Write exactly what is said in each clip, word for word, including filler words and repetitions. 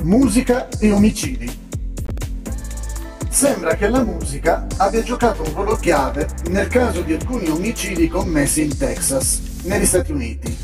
Musica e omicidi. Sembra che la musica abbia giocato un ruolo chiave nel caso di alcuni omicidi commessi in Texas, negli Stati Uniti.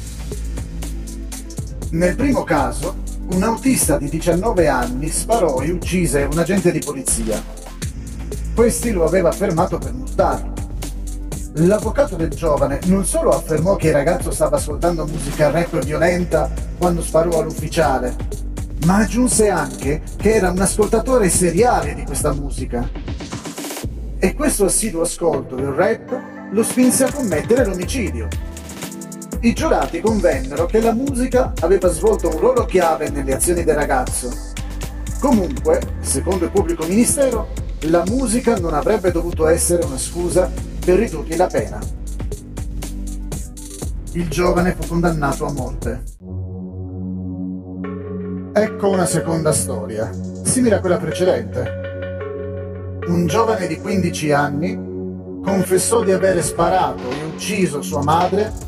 Nel primo caso, un autista di diciannove anni sparò e uccise un agente di polizia. Questi lo aveva fermato per multarlo. L'avvocato del giovane non solo affermò che il ragazzo stava ascoltando musica rap violenta quando sparò all'ufficiale, ma aggiunse anche che era un ascoltatore seriale di questa musica. E questo assiduo ascolto del rap lo spinse a commettere l'omicidio. I giurati convennero che la musica aveva svolto un ruolo chiave nelle azioni del ragazzo. Comunque, secondo il pubblico ministero, la musica non avrebbe dovuto essere una scusa per ridurgli la pena. Il giovane fu condannato a morte. Ecco una seconda storia, simile a quella precedente. Un giovane di quindici anni confessò di avere sparato e ucciso sua madre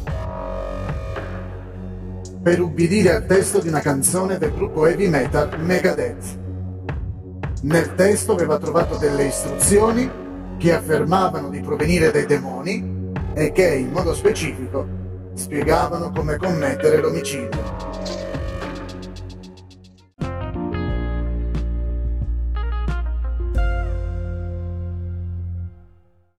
per ubbidire al testo di una canzone del gruppo heavy metal Megadeth. Nel testo aveva trovato delle istruzioni che affermavano di provenire dai demoni e che, in modo specifico, spiegavano come commettere l'omicidio.